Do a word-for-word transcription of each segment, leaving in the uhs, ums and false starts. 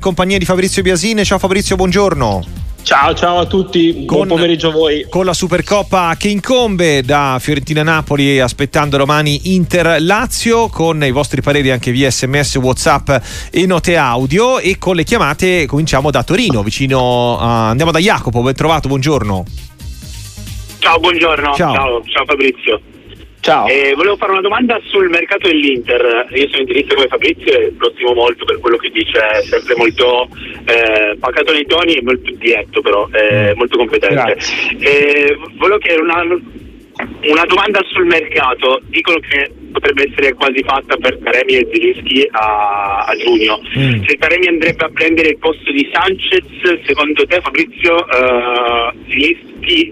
compagnia di Fabrizio Biasin. Ciao Fabrizio, buongiorno. Ciao, ciao a tutti, con, buon pomeriggio a voi. Con la Supercoppa che incombe da Fiorentina-Napoli, aspettando domani Inter-Lazio, con i vostri pareri anche via sms, WhatsApp e note audio, e con le chiamate cominciamo da Torino, vicino a... andiamo da Jacopo, ben trovato, buongiorno. Ciao, buongiorno, ciao, ciao, ciao Fabrizio. Ciao. Eh, volevo fare una domanda sul mercato dell'Inter. Io sono interista come Fabrizio e lo stimo molto per quello che dice, è sempre molto eh, pacato nei toni e molto diretto, però eh, molto competente. Eh, volevo chiedere una, una domanda sul mercato. Dicono che potrebbe essere quasi fatta per Taremi e Zielinski a, a giugno. Mm. Se Taremi andrebbe a prendere il posto di Sanchez, secondo te Fabrizio, uh, Zielinski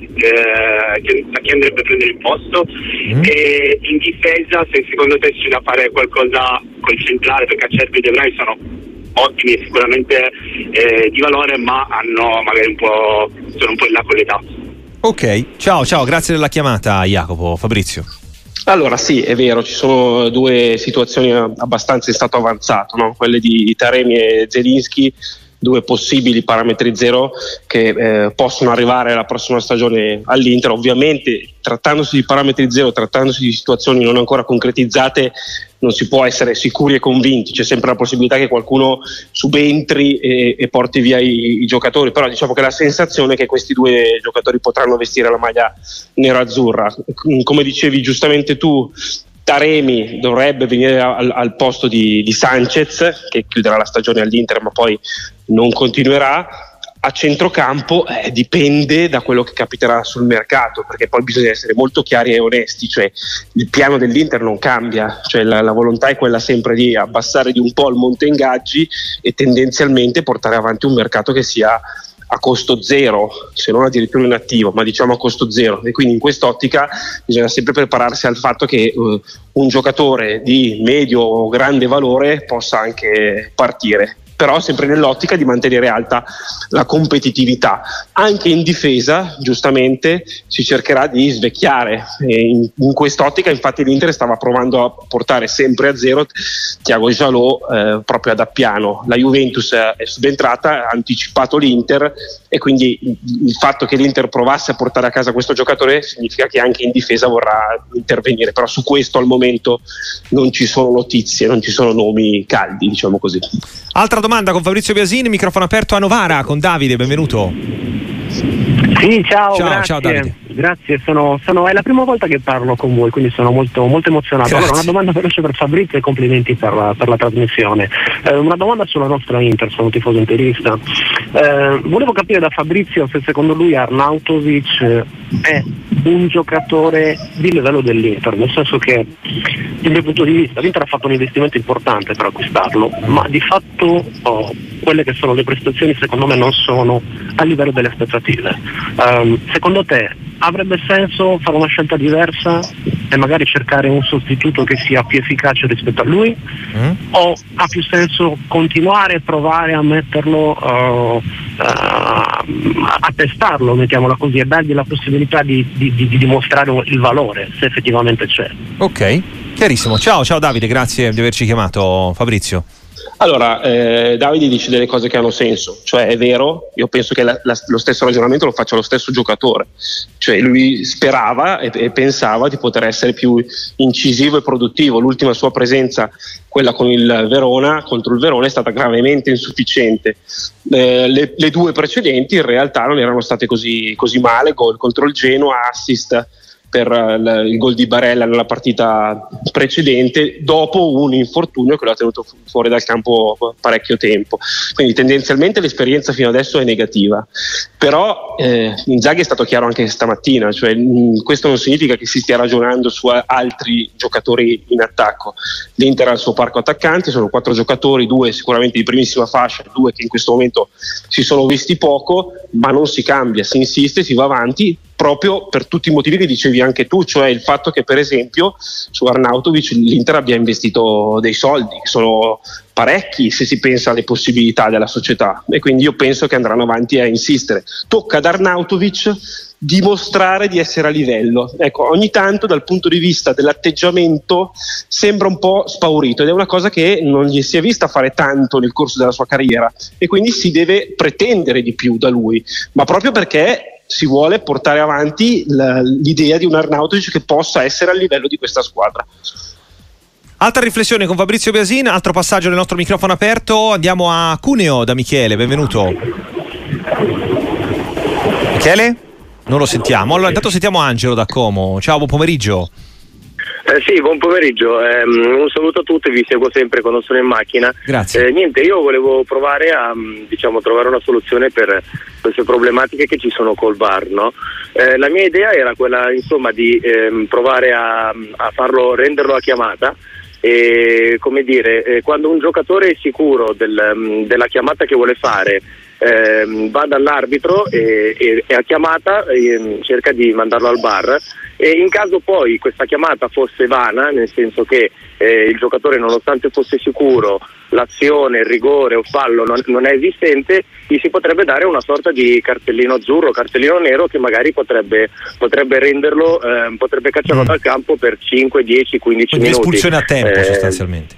eh, chi, chi andrebbe a prendere il posto? Mm. E in difesa, se secondo te c'è da fare qualcosa col centrale, perché Acerbi e De Vrij sono ottimi e sicuramente eh, di valore, ma hanno magari un po', sono un po' in là con l'età. Ok, ciao, ciao, grazie della chiamata Jacopo. Fabrizio. Allora sì, è vero, ci sono due situazioni abbastanza in stato avanzato, no? Quelle di Taremi e Zielinski, due possibili parametri zero che eh, possono arrivare la prossima stagione all'Inter. Ovviamente, trattandosi di parametri zero, trattandosi di situazioni non ancora concretizzate, non si può essere sicuri e convinti, c'è sempre la possibilità che qualcuno subentri e, e porti via i, i giocatori, però diciamo che la sensazione è che questi due giocatori potranno vestire la maglia nerazzurra. Come dicevi giustamente tu, Taremi dovrebbe venire al, al posto di, di Sanchez, che chiuderà la stagione all'Inter ma poi non continuerà. A centrocampo eh, dipende da quello che capiterà sul mercato, perché poi bisogna essere molto chiari e onesti, cioè il piano dell'Inter non cambia, cioè la, la volontà è quella sempre di abbassare di un po' il monte ingaggi e tendenzialmente portare avanti un mercato che sia a costo zero, se non addirittura in attivo, ma diciamo a costo zero, e quindi in quest'ottica bisogna sempre prepararsi al fatto che uh, un giocatore di medio o grande valore possa anche partire, però sempre nell'ottica di mantenere alta la competitività. Anche in difesa, giustamente, si cercherà di svecchiare, e in, in quest'ottica infatti l'Inter stava provando a portare sempre a zero Thiago Jalot eh, proprio ad Appiano. La Juventus è subentrata, ha anticipato l'Inter, e quindi il fatto che l'Inter provasse a portare a casa questo giocatore significa che anche in difesa vorrà intervenire, però su questo al momento non ci sono notizie, non ci sono nomi caldi, diciamo così. Altra domanda con Fabrizio Biasin, microfono aperto a Novara con Davide, benvenuto. Sì, ciao, ciao, grazie. ciao Davide. Grazie, sono, sono, è la prima volta che parlo con voi, quindi sono molto, molto emozionato. Grazie. Allora, una domanda veloce per Fabrizio e complimenti per la, per la trasmissione. Eh, una domanda sulla nostra Inter, sono un tifoso interista. Eh, volevo capire da Fabrizio se secondo lui Arnautovic è un giocatore di livello dell'Inter, nel senso che dal mio punto di vista l'Inter ha fatto un investimento importante per acquistarlo, ma di fatto oh, quelle che sono le prestazioni secondo me non sono a livello delle aspettative. Um, secondo te avrebbe senso fare una scelta diversa e magari cercare un sostituto che sia più efficace rispetto a lui, mm. o ha più senso continuare a provare a metterlo uh, uh, a testarlo, mettiamola così, e dargli la possibilità di, di, di, di dimostrare il valore, se effettivamente c'è. Ok, chiarissimo. Ciao, ciao Davide, grazie di averci chiamato. Fabrizio. Allora, eh, Davide dice delle cose che hanno senso, cioè è vero, io penso che la, la, lo stesso ragionamento lo faccia lo stesso giocatore, cioè lui sperava e, e pensava di poter essere più incisivo e produttivo. L'ultima sua presenza, quella con il Verona, contro il Verona, è stata gravemente insufficiente. Eh, le, le due precedenti in realtà non erano state così, così male, gol contro il Genoa, assist per uh, il gol di Barella nella partita precedente, dopo un infortunio che lo ha tenuto fu- fuori dal campo parecchio tempo. Quindi tendenzialmente l'esperienza fino adesso è negativa, però eh, Inzaghi è stato chiaro anche stamattina, cioè mh, questo non significa che si stia ragionando su a- altri giocatori in attacco. L'Inter ha il suo parco attaccanti, sono quattro giocatori, due sicuramente di primissima fascia, due che in questo momento si sono visti poco, ma non si cambia, si insiste, si va avanti proprio per tutti i motivi che dicevi anche tu, cioè il fatto che per esempio su Arnautovic l'Inter abbia investito dei soldi, che sono parecchi se si pensa alle possibilità della società, e quindi io penso che andranno avanti a insistere. Tocca ad Arnautovic dimostrare di essere a livello. Ecco, ogni tanto dal punto di vista dell'atteggiamento sembra un po' spaurito, ed è una cosa che non gli si è vista fare tanto nel corso della sua carriera, e quindi si deve pretendere di più da lui, ma proprio perché si vuole portare avanti l'idea di un Arnautovic che possa essere a livello di questa squadra. Altra riflessione con Fabrizio Biasin, altro passaggio del nostro microfono aperto. Andiamo a Cuneo da Michele, benvenuto. Michele? Non lo sentiamo. Allora intanto sentiamo Angelo da Como. Ciao, buon pomeriggio. Eh sì, buon pomeriggio, eh, un saluto a tutti, vi seguo sempre quando sono in macchina. Grazie. Eh, niente, io volevo provare a diciamo trovare una soluzione per queste problematiche che ci sono col V A R, no? Eh, la mia idea era quella insomma di ehm, provare a, a farlo, renderlo a chiamata. E come dire, eh, quando un giocatore è sicuro del, della chiamata che vuole fare, eh, va dall'arbitro e, e, e a chiamata eh, cerca di mandarlo al V A R, e in caso poi questa chiamata fosse vana, nel senso che eh, il giocatore, nonostante fosse sicuro, l'azione, il rigore o fallo non, non è esistente, gli si potrebbe dare una sorta di cartellino azzurro, cartellino nero, che magari potrebbe, potrebbe renderlo, eh, potrebbe cacciarlo mm. dal campo per cinque, dieci, quindici minuti. Espulsione a tempo, eh, sostanzialmente.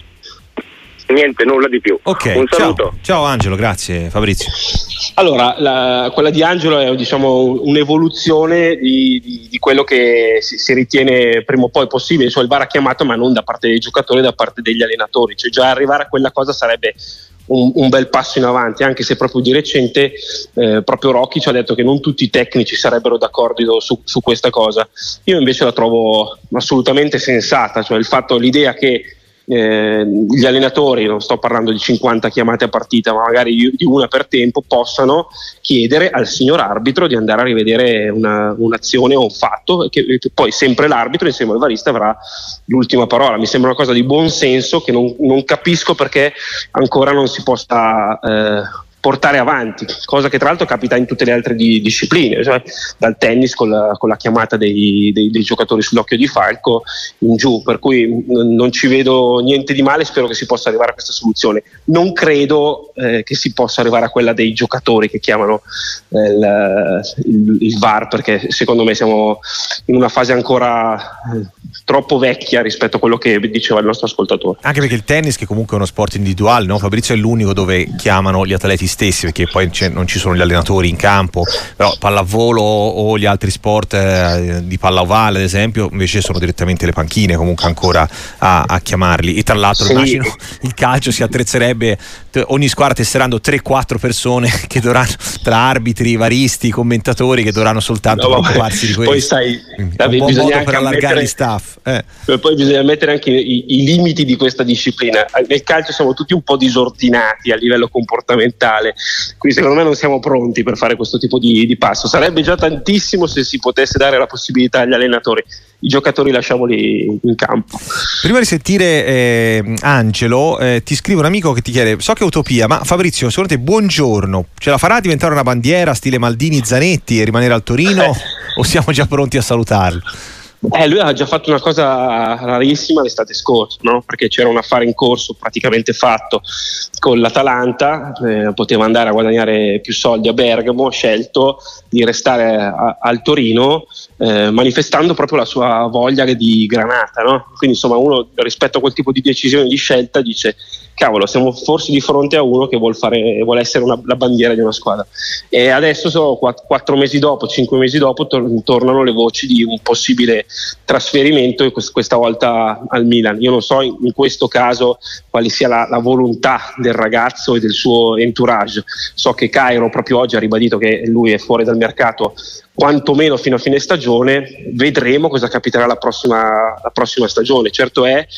Niente, nulla di più. Ok, un saluto. Ciao, ciao Angelo, grazie Fabrizio. Allora, la, quella di Angelo è diciamo un'evoluzione di, di, di quello che si, si ritiene prima o poi possibile, cioè il V A R ha chiamato, ma non da parte dei giocatori, da parte degli allenatori, cioè già arrivare a quella cosa sarebbe un, un bel passo in avanti, anche se proprio di recente eh, proprio Rocchi ci ha detto che non tutti i tecnici sarebbero d'accordo su, su questa cosa. Io invece la trovo assolutamente sensata, cioè il fatto, l'idea che Eh, gli allenatori, non sto parlando di cinquanta chiamate a partita, ma magari di una per tempo, possano chiedere al signor arbitro di andare a rivedere una, un'azione o un fatto, e che, che poi sempre l'arbitro insieme al varista avrà l'ultima parola. Mi sembra una cosa di buon senso che non, non capisco perché ancora non si possa eh, portare avanti, cosa che tra l'altro capita in tutte le altre di, discipline, cioè dal tennis con la, con la chiamata dei, dei, dei giocatori sull'occhio di falco in giù, per cui n- non ci vedo niente di male, spero che si possa arrivare a questa soluzione. Non credo eh, che si possa arrivare a quella dei giocatori che chiamano eh, il, il, il V A R, perché secondo me siamo in una fase ancora eh, troppo vecchia rispetto a quello che diceva il nostro ascoltatore. Anche perché il tennis, che comunque è uno sport individuale, no? Fabrizio, è l'unico dove chiamano gli atleti stessi, perché poi non ci sono gli allenatori in campo, però pallavolo o gli altri sport eh, di palla ovale ad esempio invece sono direttamente le panchine comunque ancora a, a chiamarli, e tra l'altro sì. Immagino il calcio si attrezzerebbe t- ogni squadra tesserando tre quattro persone che dovranno, tra arbitri, varisti, commentatori, che dovranno soltanto no, preoccuparsi di questo. Poi sai, un buon modo per allargare gli staff. Eh. Poi bisogna mettere anche i, i limiti di questa disciplina. Nel calcio siamo tutti un po' disordinati a livello comportamentale, quindi secondo me non siamo pronti per fare questo tipo di, di passo. Sarebbe già tantissimo se si potesse dare la possibilità agli allenatori, i giocatori lasciamoli in campo. Prima di sentire eh, Angelo, eh, ti scrive un amico che ti chiede: so che è utopia, ma Fabrizio, secondo te buongiorno ce la farà diventare una bandiera stile Maldini, Zanetti e rimanere al Torino eh. o siamo già pronti a salutarlo? Eh, lui ha già fatto una cosa rarissima l'estate scorsa, no? Perché c'era un affare in corso praticamente fatto con l'Atalanta, eh, poteva andare a guadagnare più soldi a Bergamo, ha scelto di restare a, al Torino, eh, manifestando proprio la sua voglia di granata, no? Quindi insomma uno rispetto a quel tipo di decisione, di scelta, dice cavolo, siamo forse di fronte a uno che vuol fare, vuole essere una, la bandiera di una squadra. E adesso so, quattro, quattro mesi dopo, cinque mesi dopo tor- tornano le voci di un possibile trasferimento, e quest- questa volta al Milan. Io non so in, in questo caso quale sia la, la volontà del ragazzo e del suo entourage. So che Cairo proprio oggi ha ribadito che lui è fuori dal mercato quantomeno fino a fine stagione, vedremo cosa capiterà la prossima, la prossima stagione. Certo è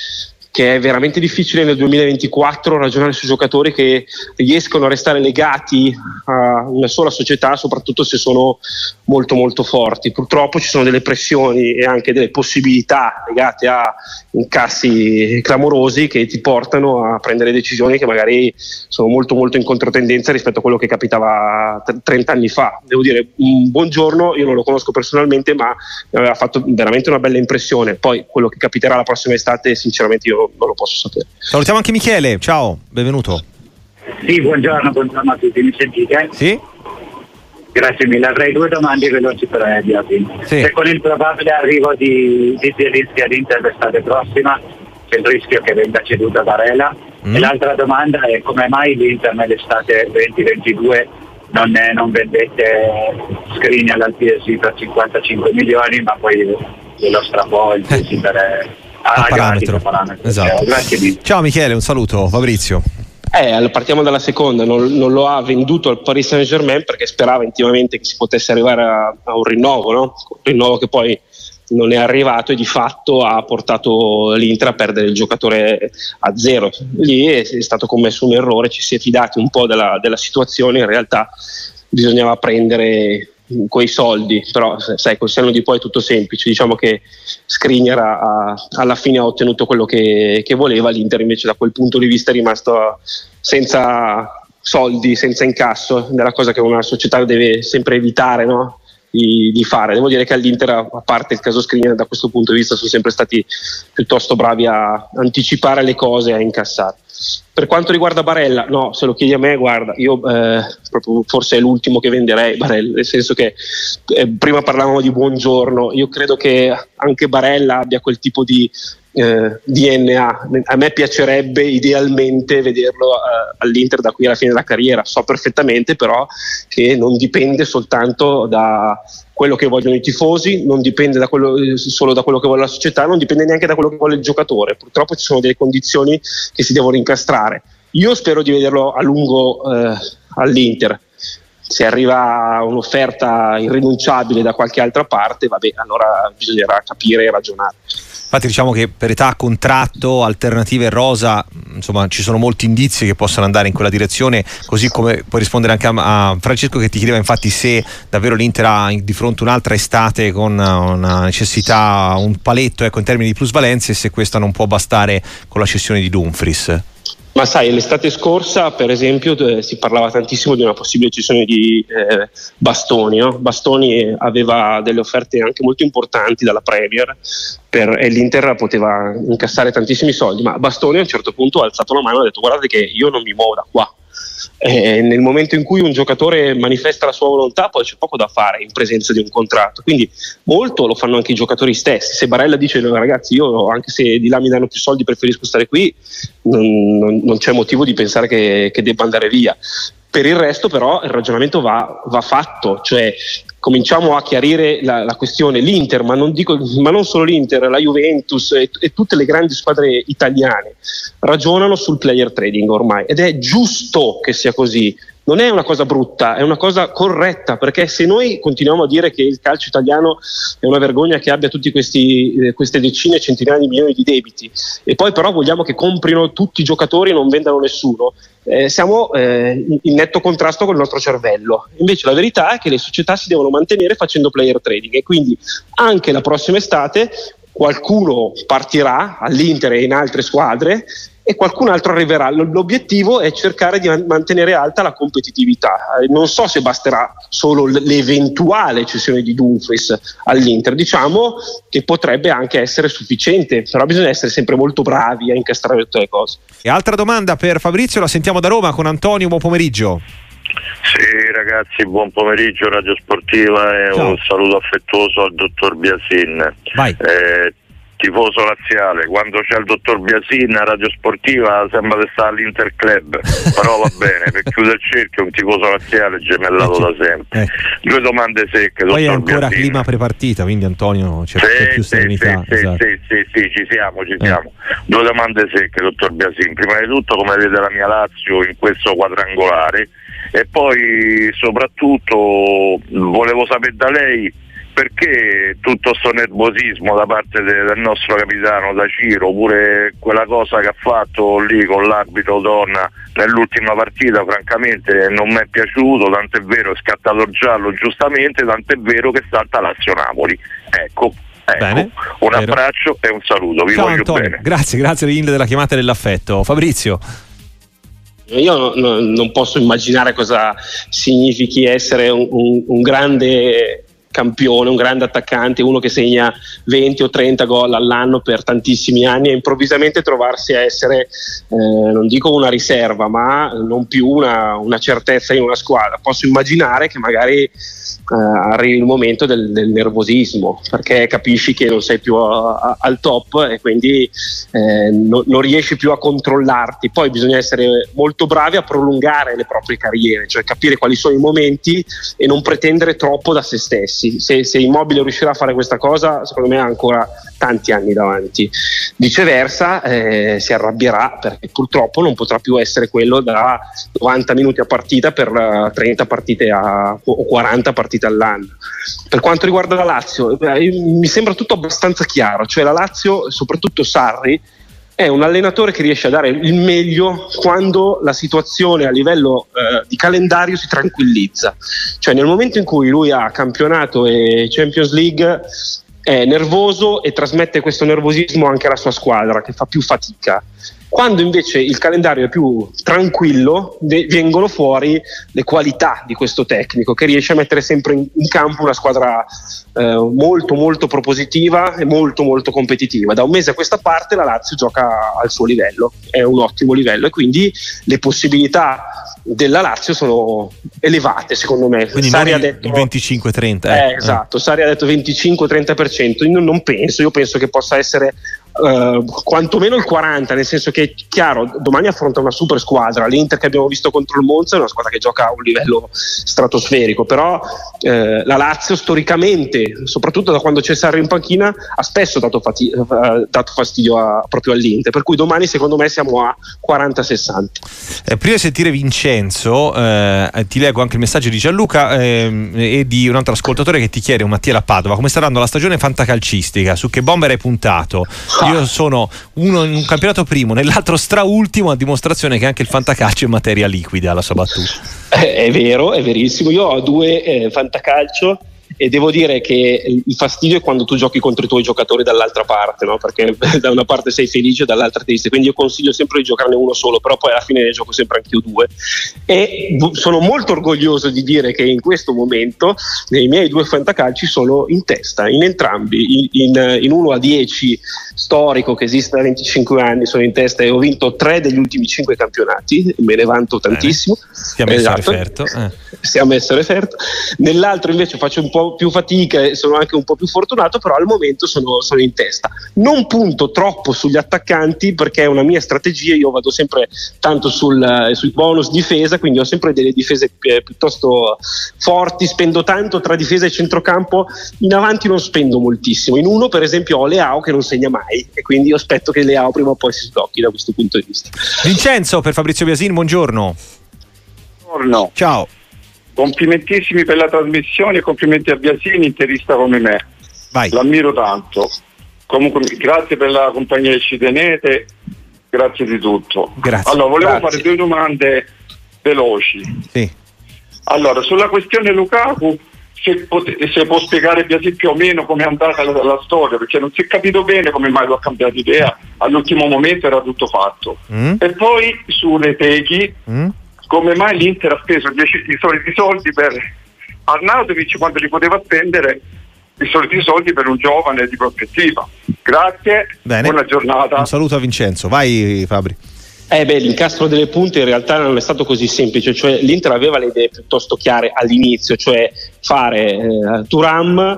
che è veramente difficile nel duemilaventiquattro ragionare su giocatori che riescono a restare legati a una sola società, soprattutto se sono molto molto forti. Purtroppo ci sono delle pressioni e anche delle possibilità legate a incassi clamorosi che ti portano a prendere decisioni che magari sono molto molto in controtendenza rispetto a quello che capitava trenta anni fa. Devo dire, un Buongiorno, io non lo conosco personalmente, ma mi aveva fatto veramente una bella impressione. Poi quello che capiterà la prossima estate sinceramente io non lo posso sapere. Salutiamo anche Michele, ciao, benvenuto. Sì, buongiorno, buongiorno a tutti, mi sentite? Sì. Grazie mille, avrei due domande veloci per Ediatin. Sì. Se con il probabile arrivo di, di Zielinski all'Inter l'estate prossima c'è il rischio che venga ceduto a Barella? Mm. E l'altra domanda è come mai l'Inter nell'estate venti ventidue non, è, non vendette Skriniar al P S V per cinquantacinque milioni, ma poi glielo strappò il P S V per a parametro. parametro. Esatto. Grazie mille. Ciao Michele, un saluto. Fabrizio. Eh, partiamo dalla seconda, non, non lo ha venduto al Paris Saint-Germain perché sperava intimamente che si potesse arrivare a, a un rinnovo, no? Un rinnovo che poi non è arrivato e di fatto ha portato l'Inter a perdere il giocatore a zero. Lì è, è stato commesso un errore, ci si è fidati un po' della, della situazione, in realtà bisognava prendere quei soldi, però sai, col senno di poi è tutto semplice. Diciamo che Skriniar ha, alla fine ha ottenuto quello che, che voleva, l'Inter invece da quel punto di vista è rimasto senza soldi, senza incasso, della cosa che una società deve sempre evitare, no? Di, di fare. Devo dire che all'Inter, a parte il caso Skriniar, da questo punto di vista sono sempre stati piuttosto bravi a anticipare le cose e a incassare. Per quanto riguarda Barella, no, se lo chiedi a me, guarda, io eh, proprio forse è l'ultimo che venderei Barella, nel senso che eh, prima parlavamo di Buongiorno, io credo che anche Barella abbia quel tipo di eh, D N A. A me piacerebbe idealmente vederlo eh, all'Inter da qui alla fine della carriera. So perfettamente però che non dipende soltanto da quello che vogliono i tifosi, non dipende da quello, solo da quello che vuole la società, non dipende neanche da quello che vuole il giocatore. Purtroppo ci sono delle condizioni che si devono incastrare. Io spero di vederlo a lungo eh, all'Inter. Se arriva un'offerta irrinunciabile da qualche altra parte, vabbè, allora bisognerà capire e ragionare. Infatti diciamo che per età, contratto, alternative rosa, insomma ci sono molti indizi che possono andare in quella direzione, così come puoi rispondere anche a, a Francesco che ti chiedeva infatti se davvero l'Inter ha di fronte un'altra estate con una necessità, un paletto ecco in termini di plusvalenze, e se questa non può bastare con la cessione di Dumfries. Ma sai, l'estate scorsa per esempio eh, si parlava tantissimo di una possibile cessione di eh, Bastoni, no? Bastoni aveva delle offerte anche molto importanti dalla Premier per, e l'Inter poteva incassare tantissimi soldi, ma Bastoni a un certo punto ha alzato la mano e ha detto guardate che io non mi muovo da qua. Eh, nel momento in cui un giocatore manifesta la sua volontà poi c'è poco da fare in presenza di un contratto, quindi molto lo fanno anche i giocatori stessi. Se Barella dice no, ragazzi io anche se di là mi danno più soldi preferisco stare qui, non, non, non c'è motivo di pensare che, che debba andare via. Per il resto però il ragionamento va, va fatto, cioè cominciamo a chiarire la, la questione. L'Inter, ma non, dico, ma non solo l'Inter, la Juventus e, e tutte le grandi squadre italiane ragionano sul player trading ormai, ed è giusto che sia così. Non è una cosa brutta, è una cosa corretta, perché se noi continuiamo a dire che il calcio italiano è una vergogna che abbia tutti questi eh, queste decine e centinaia di milioni di debiti e poi però vogliamo che comprino tutti i giocatori e non vendano nessuno, eh, siamo eh, in netto contrasto con il nostro cervello. Invece la verità è che le società si devono mantenere facendo player trading, e quindi anche la prossima estate qualcuno partirà all'Inter e in altre squadre e qualcun altro arriverà. L'obiettivo è cercare di mantenere alta la competitività. Non so se basterà solo l'eventuale cessione di Dumfries all'Inter, diciamo che potrebbe anche essere sufficiente, però bisogna essere sempre molto bravi a incastrare tutte le cose. E altra domanda per Fabrizio, la sentiamo da Roma con Antonio, buon pomeriggio. Sì ragazzi, buon pomeriggio Radio Sportiva e Ciao. Un saluto affettuoso al dottor Biasin. Vai. Eh, tifoso laziale, quando c'è il dottor Biasin a Radio Sportiva sembra che sta all'Inter Club, però va bene, per chiudere il cerchio un tifoso laziale gemellato eh, da sempre. Eh. Due domande secche, poi dottor è ancora Biasin. Clima prepartita, quindi Antonio c'è, sì, c'è più sì, serenità. Sì, esatto. sì, sì, sì, ci siamo, ci siamo. Eh. Due domande secche, dottor Biasin. Prima di tutto, come vede la mia Lazio in questo quadrangolare? E poi soprattutto volevo sapere da lei, perché tutto sto nervosismo da parte de, del nostro capitano, da Ciro, pure quella cosa che ha fatto lì con l'arbitro donna nell'ultima partita, francamente non mi è piaciuto, tant'è vero è scattato il giallo giustamente, tant'è vero che salta Lazio-Napoli. Ecco. Ecco, bene, un vero. abbraccio e un saluto, vi Ciao voglio Antonio, bene. grazie, grazie Linde della chiamata e dell'affetto. Fabrizio. Io no, no, non posso immaginare cosa significhi essere un, un, un grande campione, un grande attaccante, uno che segna venti o trenta gol all'anno per tantissimi anni e improvvisamente trovarsi a essere, eh, non dico una riserva, ma non più una, una certezza in una squadra. Posso immaginare che magari eh, arrivi il momento del, del nervosismo, perché capisci che non sei più a, a, al top e quindi eh, no, non riesci più a controllarti. Poi bisogna essere molto bravi a prolungare le proprie carriere, cioè capire quali sono i momenti e non pretendere troppo da se stessi. Se, se Immobile riuscirà a fare questa cosa, secondo me ha ancora tanti anni davanti. Viceversa eh, si arrabbierà perché purtroppo non potrà più essere quello da novanta minuti a partita per uh, trenta partite a, o quaranta partite all'anno. Per quanto riguarda la Lazio, eh, mi sembra tutto abbastanza chiaro, cioè la Lazio, soprattutto Sarri, è un allenatore che riesce a dare il meglio quando la situazione a livello eh, di calendario si tranquillizza. Cioè nel momento in cui lui ha campionato e Champions League è nervoso e trasmette questo nervosismo anche alla sua squadra, che fa più fatica. Quando invece il calendario è più tranquillo, de- vengono fuori le qualità di questo tecnico, che riesce a mettere sempre in, in campo una squadra eh, molto molto propositiva e molto molto competitiva. Da un mese a questa parte la Lazio gioca al suo livello, è un ottimo livello e quindi le possibilità della Lazio sono elevate, secondo me. Quindi Sarri non ha detto il venticinque trenta eh, eh, esatto, Sarri ha detto venticinque trenta per cento. Io non penso, io penso che possa essere Uh, quantomeno il quaranta, nel senso che chiaro, domani affronta una super squadra, l'Inter che abbiamo visto contro il Monza è una squadra che gioca a un livello stratosferico, però uh, la Lazio storicamente, soprattutto da quando c'è Sarri in panchina, ha spesso dato, fati- uh, dato fastidio a, proprio all'Inter, per cui domani secondo me siamo a quaranta sessanta. Eh, prima di sentire Vincenzo eh, ti leggo anche il messaggio di Gianluca eh, e di un altro ascoltatore che ti chiede, un Mattia da Padova, come sta andando la stagione fantacalcistica, su che bomber hai puntato? Io sono uno in un campionato primo, nell'altro straultimo, a dimostrazione che anche il fantacalcio è materia liquida, la sua battuta. Eh, è vero, è verissimo. Io ho due eh, fantacalcio e devo dire che il fastidio è quando tu giochi contro i tuoi giocatori dall'altra parte, no? Perché da una parte sei felice, dall'altra triste, quindi io consiglio sempre di giocarne uno solo, però poi alla fine ne gioco sempre anch'io due e sono molto orgoglioso di dire che in questo momento i miei due fantacalci sono in testa, in entrambi, in, in, in uno a dieci storico che esiste da venticinque anni sono in testa e ho vinto tre degli ultimi cinque campionati, me ne vanto tantissimo. Stiamo messo esatto. referto eh. Stiamo messo referto. Nell'altro invece faccio un po' più fatica e sono anche un po' più fortunato, però al momento sono, sono in testa. Non punto troppo sugli attaccanti perché è una mia strategia, io vado sempre tanto sul, sui bonus difesa, quindi ho sempre delle difese eh, piuttosto forti, spendo tanto tra difesa e centrocampo, in avanti non spendo moltissimo. In uno per esempio ho Leao che non segna mai e quindi io aspetto che Leao prima o poi si sblocchi da questo punto di vista. Vincenzo per Fabrizio Biasin, buongiorno. Buongiorno. Ciao. Complimentissimi per la trasmissione e complimenti a Biasini, interista come me. Vai. L'ammiro tanto. Comunque grazie per la compagnia che ci tenete, grazie di tutto. Grazie. Allora, volevo Grazie. fare due domande veloci. Sì. Allora, sulla questione Lukaku, se, pot- se può spiegare Biasini più o meno come è andata la, la storia, perché non si è capito bene come mai lo ha cambiato idea, all'ultimo momento era tutto fatto. Mm. E poi su Reteghi, Mm. come mai l'Inter ha speso dieci, i soliti soldi per Arnautovic quando li poteva spendere i soliti soldi per un giovane di prospettiva. Grazie, Bene. buona giornata. Un saluto a Vincenzo, vai Fabri. Eh beh, l'incastro delle punte in realtà non è stato così semplice, cioè l'Inter aveva le idee piuttosto chiare all'inizio, cioè fare eh, Thuram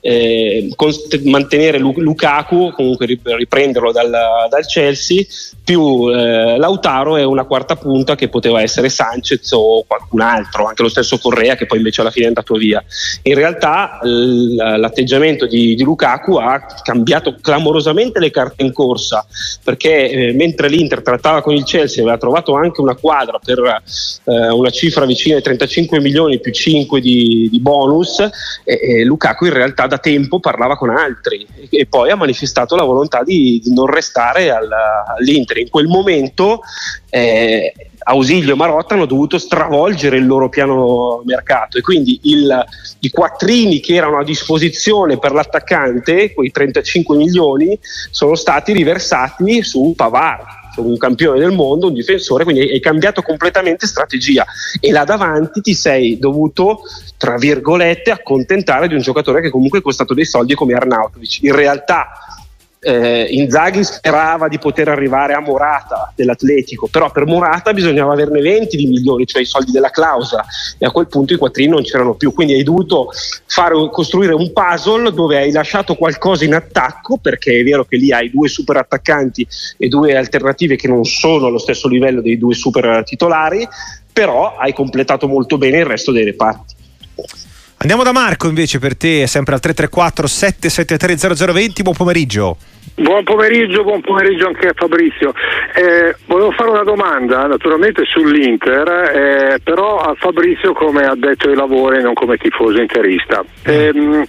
eh, const- mantenere Lukaku, comunque riprenderlo dal, dal Chelsea, più eh, Lautaro, e una quarta punta che poteva essere Sanchez o qualcun altro, anche lo stesso Correa, che poi invece alla fine è andato via. In realtà l- l'atteggiamento di, di Lukaku ha cambiato clamorosamente le carte in corsa, perché eh, mentre l'Inter trattava con il Chelsea, aveva trovato anche una quadra per eh, una cifra vicina ai trentacinque milioni più cinque di, di bonus, e, e Lukaku in realtà da tempo parlava con altri, e, e poi ha manifestato la volontà di, di non restare al, all'Inter. In quel momento eh, Ausilio e Marotta hanno dovuto stravolgere il loro piano mercato, e quindi il, i quattrini che erano a disposizione per l'attaccante, quei trentacinque milioni, sono stati riversati su Pavard, un campione del mondo, un difensore, quindi hai cambiato completamente strategia, e là davanti ti sei dovuto, tra virgolette, accontentare di un giocatore che comunque è costato dei soldi come Arnautovic. In realtà eh, Inzaghi sperava di poter arrivare a Morata dell'Atletico, però per Morata bisognava averne venti di milioni, cioè i soldi della clausola, e a quel punto i quattrini non c'erano più, quindi hai dovuto fare, costruire un puzzle dove hai lasciato qualcosa in attacco, perché è vero che lì hai due super attaccanti e due alternative che non sono allo stesso livello dei due super titolari, però hai completato molto bene il resto dei reparti. Andiamo da Marco invece, per te, sempre al tre tre quattro sette sette tre zero zero due zero. Buon pomeriggio. Buon pomeriggio, buon pomeriggio anche a Fabrizio. Eh, volevo fare una domanda, naturalmente sull'Inter, eh, però a Fabrizio come addetto ai lavori, non come tifoso interista. Eh,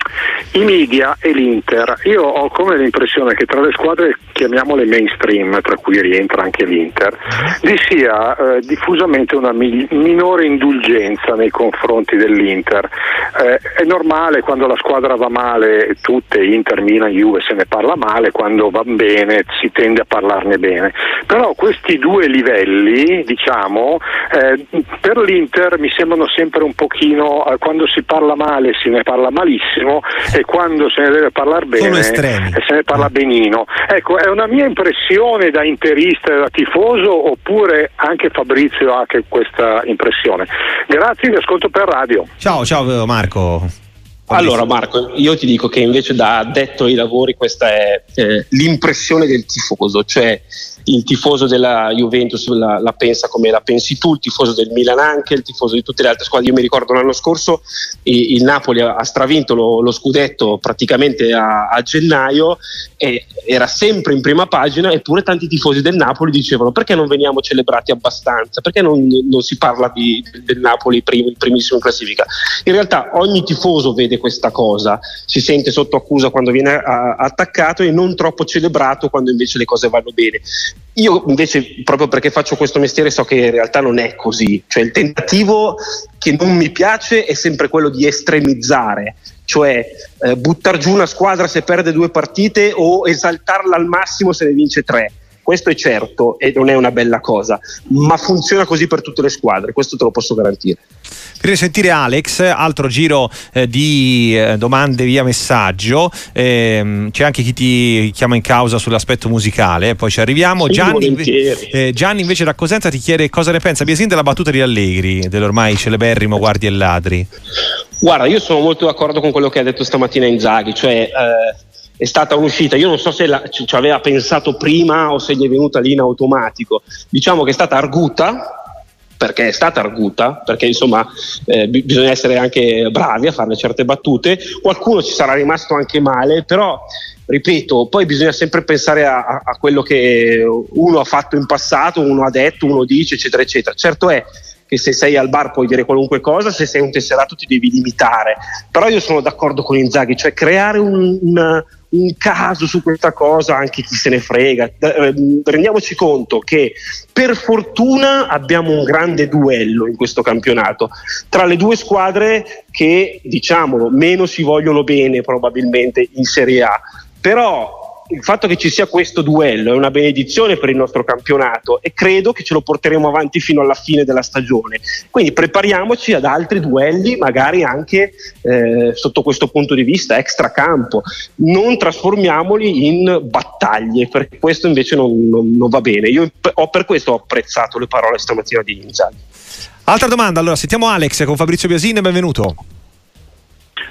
I media e l'Inter, io ho come l'impressione che tra le squadre, chiamiamole mainstream, tra cui rientra anche l'Inter, vi sia eh, diffusamente una mi- minore indulgenza nei confronti dell'Inter. Eh, è normale, quando la squadra va male, tutte, Inter, Milan, Juve, se ne parla male, quando va bene si tende a parlarne bene, però questi due livelli, diciamo, eh, per l'Inter mi sembrano sempre un pochino, eh, quando si parla male se ne parla malissimo, e quando se ne deve parlare bene eh, se ne parla benino. Ecco, è una mia impressione da interista e da tifoso, oppure anche Fabrizio ha anche questa impressione? Grazie, vi ascolto per radio. Ciao, ciao Marco. Allora Marco, io ti dico che invece da addetto ai lavori questa è eh, l'impressione del tifoso, cioè il tifoso della Juventus la, la pensa come la pensi tu, il tifoso del Milan anche, il tifoso di tutte le altre squadre. Io mi ricordo l'anno scorso il, il Napoli ha, ha stravinto lo, lo scudetto praticamente a, a gennaio, e era sempre in prima pagina, eppure tanti tifosi del Napoli dicevano: perché non veniamo celebrati abbastanza, perché non, non si parla di, del Napoli prim, primissimo in classifica. In realtà ogni tifoso vede questa cosa, si sente sotto accusa quando viene a, attaccato e non troppo celebrato quando invece le cose vanno bene. Io invece, proprio perché faccio questo mestiere, so che in realtà non è così, cioè il tentativo che non mi piace è sempre quello di estremizzare, cioè eh, buttar giù una squadra se perde due partite o esaltarla al massimo se ne vince tre. Questo è certo e non è una bella cosa, ma funziona così per tutte le squadre, questo te lo posso garantire. Per sentire Alex, altro giro eh, di eh, domande via messaggio, eh, c'è anche chi ti chiama in causa sull'aspetto musicale, poi ci arriviamo. Gianni, inve- eh, Gianni invece da Cosenza ti chiede cosa ne pensa Biasin della battuta di Allegri, dell'ormai celeberrimo guardie e ladri. Guarda, io sono molto d'accordo con quello che ha detto stamattina Inzaghi, cioè eh, è stata un'uscita, io non so se la, ci aveva pensato prima o se gli è venuta lì in automatico, diciamo che è stata arguta, perché è stata arguta, perché insomma eh, b- bisogna essere anche bravi a fare certe battute, qualcuno ci sarà rimasto anche male, però ripeto, poi bisogna sempre pensare a, a, a quello che uno ha fatto in passato, uno ha detto, uno dice, eccetera eccetera. Certo è che se sei al bar puoi dire qualunque cosa, se sei un tesserato ti devi limitare, però io sono d'accordo con Inzaghi, cioè creare un, un, un caso su questa cosa, anche chi se ne frega. Eh, rendiamoci conto che per fortuna abbiamo un grande duello in questo campionato tra le due squadre che, diciamolo, meno si vogliono bene probabilmente in Serie A, però il fatto che ci sia questo duello è una benedizione per il nostro campionato e credo che ce lo porteremo avanti fino alla fine della stagione, quindi prepariamoci ad altri duelli, magari anche eh, sotto questo punto di vista extracampo, non trasformiamoli in battaglie, perché questo invece non, non, non va bene. Io ho, per questo ho apprezzato le parole stamattina di Inzaghi. Altra domanda, allora sentiamo Alex con Fabrizio Biasin, benvenuto.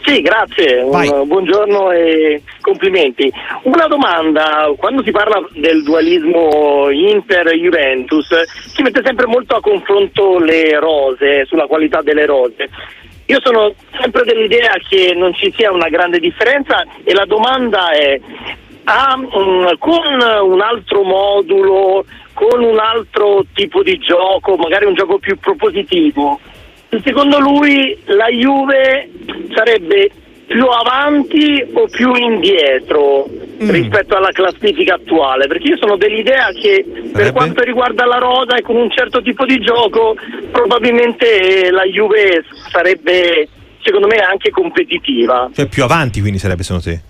Sì, grazie, un, buongiorno e complimenti. Una domanda: quando si parla del dualismo Inter-Juventus si mette sempre molto a confronto le rose, sulla qualità delle rose. Io sono sempre dell'idea che non ci sia una grande differenza, e la domanda è: ha, um, con un altro modulo, con un altro tipo di gioco, magari un gioco più propositivo, secondo lui la Juve sarebbe più avanti o più indietro mm. rispetto alla classifica attuale? Perché io sono dell'idea che sarebbe? Per quanto riguarda la rosa e con un certo tipo di gioco probabilmente la Juve sarebbe, secondo me, anche competitiva. Cioè più avanti, quindi sarebbe secondo te?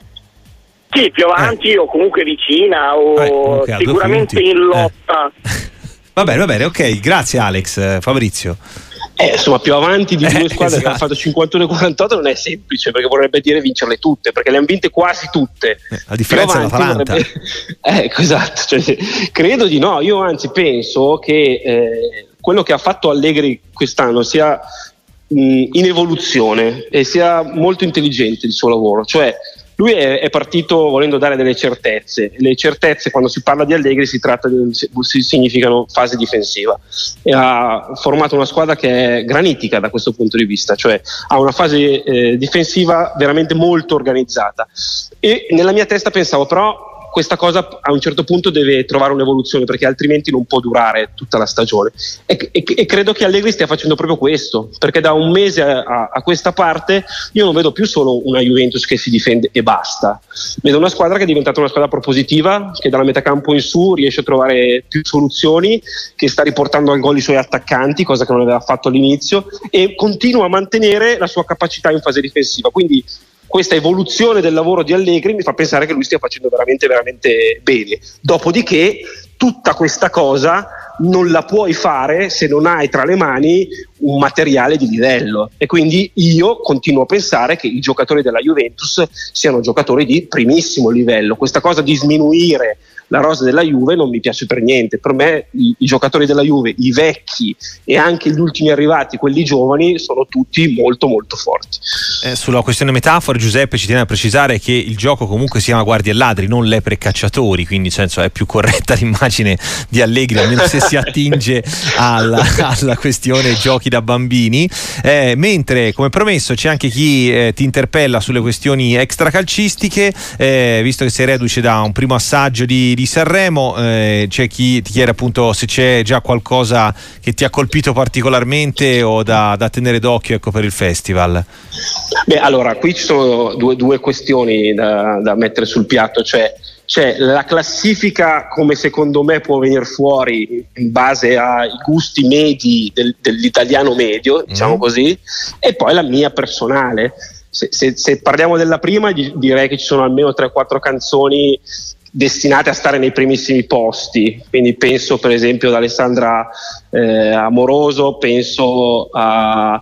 Sì, più avanti eh. o comunque vicina o eh, sicuramente in lotta. Eh. Va bene, va bene, ok, grazie Alex. Fabrizio. Eh, insomma, più avanti di due eh, squadre esatto. che hanno fatto cinquantuno e quarantotto non è semplice, perché vorrebbe dire vincerle tutte, perché le hanno vinte quasi tutte. Eh, a differenza dell'Atalanta. Vorrebbe... Ecco, esatto. Cioè, credo di no. Io anzi penso che eh, quello che ha fatto Allegri quest'anno sia mh, in evoluzione e sia molto intelligente il suo lavoro. Cioè, lui è, è partito volendo dare delle certezze. Le certezze, quando si parla di Allegri, si tratta di, si, significano fase difensiva, e ha formato una squadra che è granitica da questo punto di vista, cioè ha una fase eh, difensiva veramente molto organizzata. E nella mia testa pensavo, però, questa cosa a un certo punto deve trovare un'evoluzione, perché altrimenti non può durare tutta la stagione, e, e, e credo che Allegri stia facendo proprio questo, perché da un mese a, a, a questa parte io non vedo più solo una Juventus che si difende e basta, vedo una squadra che è diventata una squadra propositiva, che dalla metà campo in su riesce a trovare più soluzioni, che sta riportando al gol i suoi attaccanti, cosa che non aveva fatto all'inizio, e continua a mantenere la sua capacità in fase difensiva. Quindi questa evoluzione del lavoro di Allegri mi fa pensare che lui stia facendo veramente veramente bene. Dopodiché tutta questa cosa non la puoi fare se non hai tra le mani un materiale di livello, e quindi io continuo a pensare che i giocatori della Juventus siano giocatori di primissimo livello. Questa cosa di sminuire la rosa della Juve non mi piace per niente. Per me i, i giocatori della Juve, i vecchi e anche gli ultimi arrivati, quelli giovani, sono tutti molto molto forti. Eh, sulla questione metafora, Giuseppe ci tiene a precisare che il gioco comunque si chiama Guardie e Ladri, non Lepre e Cacciatori, quindi senso, è più corretta l'immagine di Allegri, almeno se si attinge alla, alla questione giochi da bambini. Eh, mentre, come promesso, c'è anche chi eh, ti interpella sulle questioni extracalcistiche, eh, visto che sei reduce da un primo assaggio di di Sanremo, eh, c'è chi ti chiede appunto se c'è già qualcosa che ti ha colpito particolarmente o da, da tenere d'occhio, ecco, per il festival. Beh, allora qui ci sono due, due questioni da, da mettere sul piatto, cioè c'è la classifica come secondo me può venire fuori in base ai gusti medi del, dell'italiano medio, diciamo mm. così, e poi la mia personale. Se, se, se parliamo della prima, direi che ci sono almeno tre quattro canzoni destinate a stare nei primissimi posti, quindi penso per esempio ad Alessandra eh, Amoroso, penso a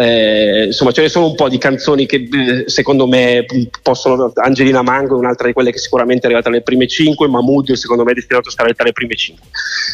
eh, insomma ce ne sono un po' di canzoni che eh, secondo me possono. Angelina Mango è un'altra di quelle che sicuramente è arrivata alle prime cinque, Mahmood secondo me è destinato a stare tra le prime cinque.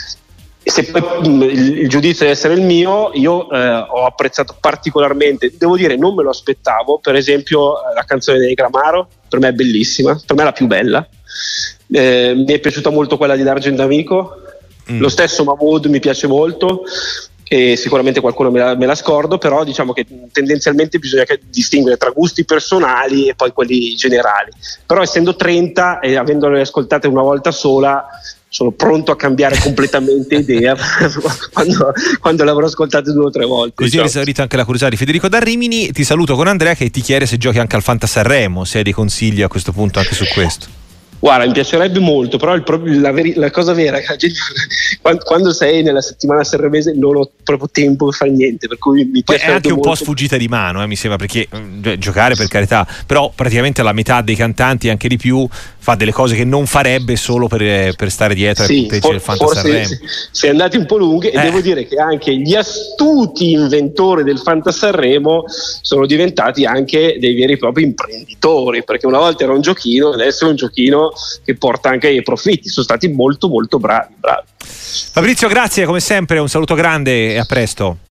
Se poi il, il giudizio deve essere il mio, io eh, ho apprezzato particolarmente, devo dire non me lo aspettavo, per esempio la canzone dei Gramaro, per me è bellissima, per me è la più bella. Eh, mi è piaciuta molto quella di D'Argent Amico, mm. lo stesso Mahmood mi piace molto, e sicuramente qualcuno me la, me la scordo, però diciamo che tendenzialmente bisogna distinguere tra gusti personali e poi quelli generali, però essendo trenta e avendole ascoltate una volta sola sono pronto a cambiare completamente idea quando, quando le avrò ascoltate due o tre volte. Così diciamo. È esaurita anche la curiosità di Federico da Rimini. Ti saluto con Andrea che ti chiede se giochi anche al Fanta Sanremo, se hai dei consigli a questo punto anche su questo. Guarda, mi piacerebbe molto, però il pro- la, veri- la cosa vera è che la gente, quando, quando sei nella settimana sanremese non ho proprio tempo per fare niente, per cui mi piace. È anche un molto. po' sfuggita di mano, eh, mi sembra, perché eh, giocare per carità, però praticamente la metà dei cantanti, anche di più, fa delle cose che non farebbe solo per, per stare dietro ai sì, punteggi for- del Fanta Sanremo. Si è andati un po' lunghi eh. e devo dire che anche gli astuti inventori del Fanta Sanremo sono diventati anche dei veri e propri imprenditori, perché una volta era un giochino, adesso è un giochino che porta anche i profitti. Sono stati molto molto bravi, bravi. Fabrizio, grazie come sempre, un saluto grande e a presto.